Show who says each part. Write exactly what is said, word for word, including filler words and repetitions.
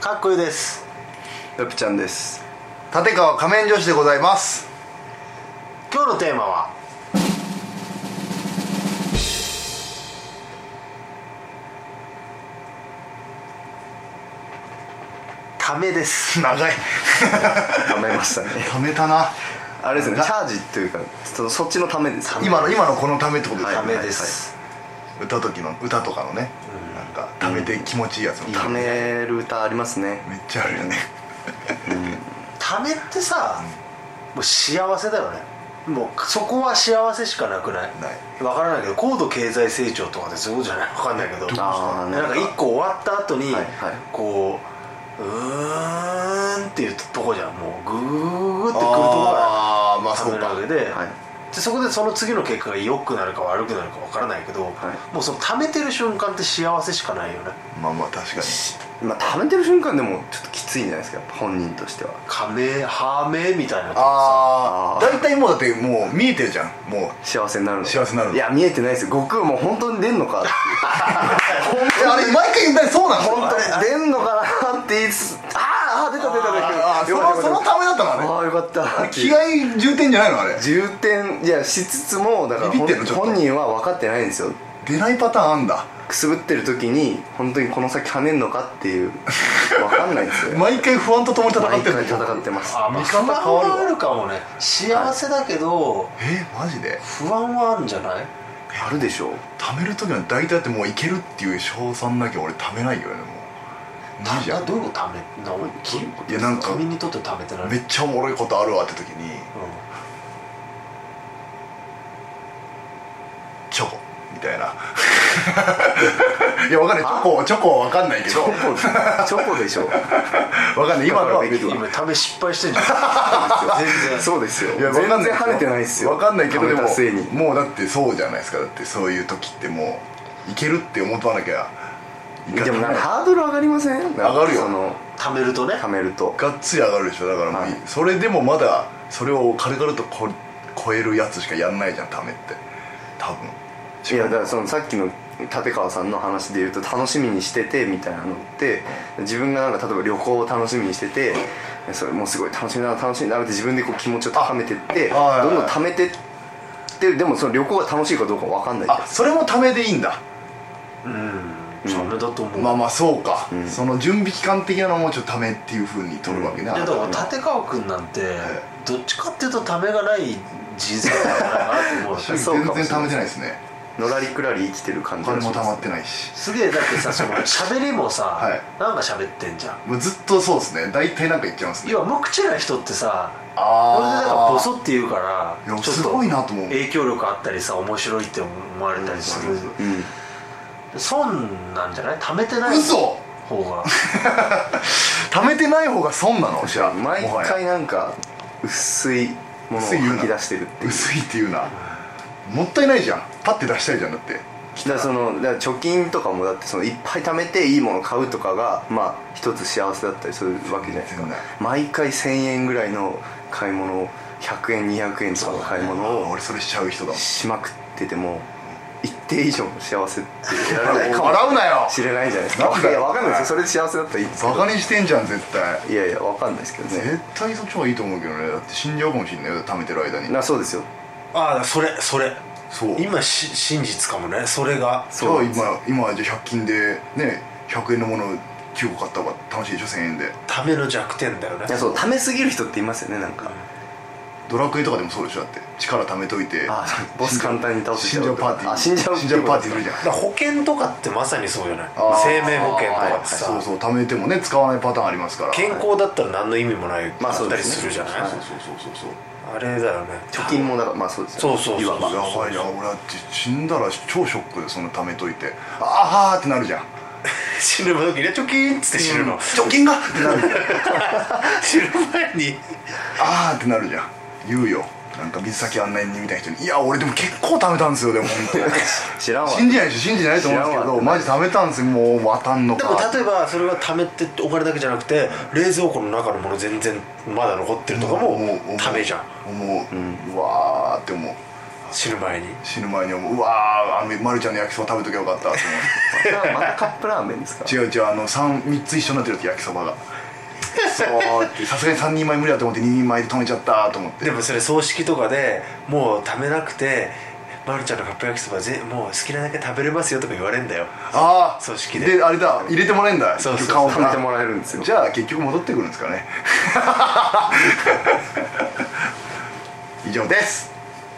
Speaker 1: かっこいいです。
Speaker 2: ペプちゃんです。
Speaker 3: 立川仮面女子でございます。
Speaker 1: 今日のテーマはためです。
Speaker 3: 長い
Speaker 2: ためましたね。
Speaker 3: ためたな。
Speaker 2: あれですね、チャージというか そ, そっちのためです。
Speaker 3: 今の今のこのためってことです
Speaker 1: た
Speaker 3: か。
Speaker 1: めです、
Speaker 3: はいはい、歌時の歌とかのね、うん、なんかためて気持ちいいやつの
Speaker 2: ためる歌ありますね。
Speaker 3: めっちゃあるよね、
Speaker 1: うん、ためってさ、もう幸せだよね。もうそこは幸せしかなくない？
Speaker 3: ない
Speaker 1: 分からないけど、高度経済成長とかってそういうことじゃない？分かんないけど、
Speaker 2: あ
Speaker 1: なんか一個終わった後に、
Speaker 2: はいはい、こ
Speaker 1: ううーんっていうとこじゃん。もうグーってくるとこ
Speaker 3: あ
Speaker 1: がためるわけで、
Speaker 2: はい、
Speaker 1: でそこでその次の結果が良くなるか悪くなるか分からないけど、はい、もうそのためてる瞬間って幸せしかないよね。
Speaker 3: まあまあ確かに。
Speaker 2: まあためてる瞬間でもちょっときついんじゃないですか、やっぱ本人としては。
Speaker 1: かめはめみたいな。
Speaker 3: ああ大体もうだってもう見えてるじゃん。もう
Speaker 2: 幸せになるの。
Speaker 3: 幸せになるの。
Speaker 2: いや見えてないですよ。悟空もう本当に出んのかって
Speaker 3: 本当にあれ毎回言ったらそうなの。
Speaker 2: 本当に出んのかなって言いつつ、あーあー出た出た出た。
Speaker 3: あそのそのためだったのあれ。
Speaker 2: ああよかった。
Speaker 3: 気合重点じゃないのあれ。
Speaker 2: 重点いやしつつもだから本人は分かってないんですよ。
Speaker 3: 出ないパターンあんだ。
Speaker 2: くすぶってる時に本当にこの先跳ねんのかっていう分かんないんですよ。
Speaker 3: 毎回不安とともに戦ってる。
Speaker 2: 毎回戦ってます。
Speaker 1: あ、まあ、不安はあるかもね。幸せだけど、はい、
Speaker 3: えマジで
Speaker 1: 不安はあるんじゃない？
Speaker 2: あるでしょう。
Speaker 3: 貯める時は大体だってもういけるっていう賞賛なきゃ俺貯めないよね。もう
Speaker 1: いいじゃん。どういうこと貯めな？
Speaker 3: いやなんか
Speaker 1: 君にとって貯めてない。
Speaker 3: めっちゃおもろいことあるわって時に、うん、チョコみたいないやわかんない。チョコチョコはわかんないけど、チョコ
Speaker 2: チョコでしょ。
Speaker 3: わかんない。今のは
Speaker 1: 今食べ失敗してんじゃん。全然
Speaker 2: そうですよ。
Speaker 3: いや
Speaker 2: 全然跳ねてないですよ。
Speaker 3: わかんないけど、でも
Speaker 2: も
Speaker 3: もうだってそうじゃないですか。だってそういう時ってもういけるって思わなきゃ。
Speaker 2: でもなんかハードル上がりません？
Speaker 3: 上がるよ。
Speaker 2: その
Speaker 1: 貯めるとね。
Speaker 2: 貯めると
Speaker 3: がっつり上がるでしょ。だからもう、はい、それでもまだそれを軽々とこ超えるやつしかやんないじゃん、ためって多分。
Speaker 2: いやだからそのさっきの立川さんの話で言うと、楽しみにしててみたいなのって自分がなんか例えば旅行を楽しみにしてて、それもうすごい楽しみだな楽しみだなって自分でこう気持ちを高めてってどんどん貯めてってでもその旅行が楽しいかどうか分かんない。
Speaker 3: あそれもためでいいんだ。
Speaker 1: うんためだと思う。
Speaker 3: まあまあそうか、うん、その準備期間的なのもちょっとためっていうふうに取るわけね、うん、
Speaker 1: いやだから立川君なんてどっちかっていうとためがない人生なんじゃないかなと思う。
Speaker 3: 全然ためてないですね。
Speaker 2: のらりくらり生きてる感じ
Speaker 3: がします。金もたまってないし
Speaker 1: すげえ。だってさその喋りもさ、はい、なんか喋ってんじゃん。
Speaker 3: もうずっとそうですね。大体なんか言っちゃいますね。
Speaker 1: 要は無口な人ってさ、
Speaker 3: あ
Speaker 1: これでなんかボソって言うから
Speaker 3: ちょっとすごいなと思う。
Speaker 1: 影響力あったりさ面白いって思われたりする、うんうん、損なんじゃない？貯めてない
Speaker 3: 嘘
Speaker 1: 方が
Speaker 3: 貯めてない方が損なの？じゃあ
Speaker 2: 毎回なんか薄いものを吐き出してるっていう。
Speaker 3: 薄いっていうな、もったいないじゃん。パッて出したいじゃん。だってだ
Speaker 2: からそのだから貯金とかもだってそのいっぱい貯めていいもの買うとかがまあ一つ幸せだったりするわけじゃないですか。毎回せんえんぐらいの買い物をひゃくえんにひゃくえんとかの買い物を
Speaker 3: 俺それしちゃう人だ
Speaker 2: しまくってても一定以上の幸せって得られないかも
Speaker 3: 笑うなよ
Speaker 2: 知れないじゃないですか。いや分かんないですよ。それで幸せだったらいいですけど。
Speaker 3: バカにしてんじゃん絶対。
Speaker 2: いやいや分かんないですけどね。
Speaker 3: 絶対そっちの方がいいと思うけどね。だって死んじゃうかもしれないよ、貯めてる間に。
Speaker 2: なそうですよ。
Speaker 1: ああそれそれ
Speaker 3: そう
Speaker 1: 今し真実かもね。それが
Speaker 3: そう今今はじゃあひゃく均でねひゃくえんのものをきゅうこ買った方が楽しいでしょ。せんえんで
Speaker 1: ための弱点だよね。
Speaker 2: いやそうためすぎる人っていますよね。なんか
Speaker 3: ドラクエとかでもそうでしょ。だって力貯めといて
Speaker 2: あボス簡単に倒せちゃう。
Speaker 3: 死んじゃうパーティー
Speaker 2: あ死んじゃう
Speaker 3: 死んじゃうパーティーするじゃん。
Speaker 1: だから保険とかってまさにそうじゃない。生命保険とかってさ、
Speaker 3: そうそう貯めてもね使わないパターンありますから。
Speaker 1: 健康だったら何の意味もない
Speaker 2: まあ
Speaker 1: ったりするじゃない。
Speaker 3: そうそうそうそうそう
Speaker 1: あれだよね。
Speaker 2: 貯金もだからまあそうですよね。
Speaker 1: そうそうそう。
Speaker 3: やばいじゃん。俺だって死んだら超ショックでその貯めといてああってなるじゃん。
Speaker 1: 死ぬ時に貯金っつって死ぬの、うん、
Speaker 3: 貯金がってなる
Speaker 1: 死ぬ前に
Speaker 3: ああってなるじゃん。言うよ。なんか水先案内人みたいな人に「いや俺でも結構貯めたんですよ」でも本当に
Speaker 2: 知らんわ。
Speaker 3: 信じないし信じないと思うんですけどマジ貯めたんですよ。もう渡んのか。
Speaker 1: でも例えばそれが貯めてお金だけじゃなくて冷蔵庫の中のもの全然まだ残ってるとかも貯めじゃん。
Speaker 3: 思う、うん、うわーって思う。
Speaker 4: 死ぬ前に
Speaker 3: 死ぬ前に思う、うわーあのまるちゃんの焼きそば食べときゃよかったと思って
Speaker 2: またカップラーメンですか？
Speaker 3: 違う違う、あの 3, 3つ一緒になってるって焼きそばがそうってさすがにさんにんまえ無理だと思ってににんまえで止めちゃったと思って。
Speaker 4: でもそれ葬式とかでもう食べなくてまるちゃんのカップ焼きそばぜもう好きなだけ食べれますよとか言われるんだよ。
Speaker 3: ああ
Speaker 4: 葬式で
Speaker 3: であれだ入れてもらえるんだ。
Speaker 4: そうそうそう
Speaker 3: カウンター
Speaker 2: 食べてもらえるんですよ。
Speaker 3: じゃあ結局戻ってくるんですかね以上です。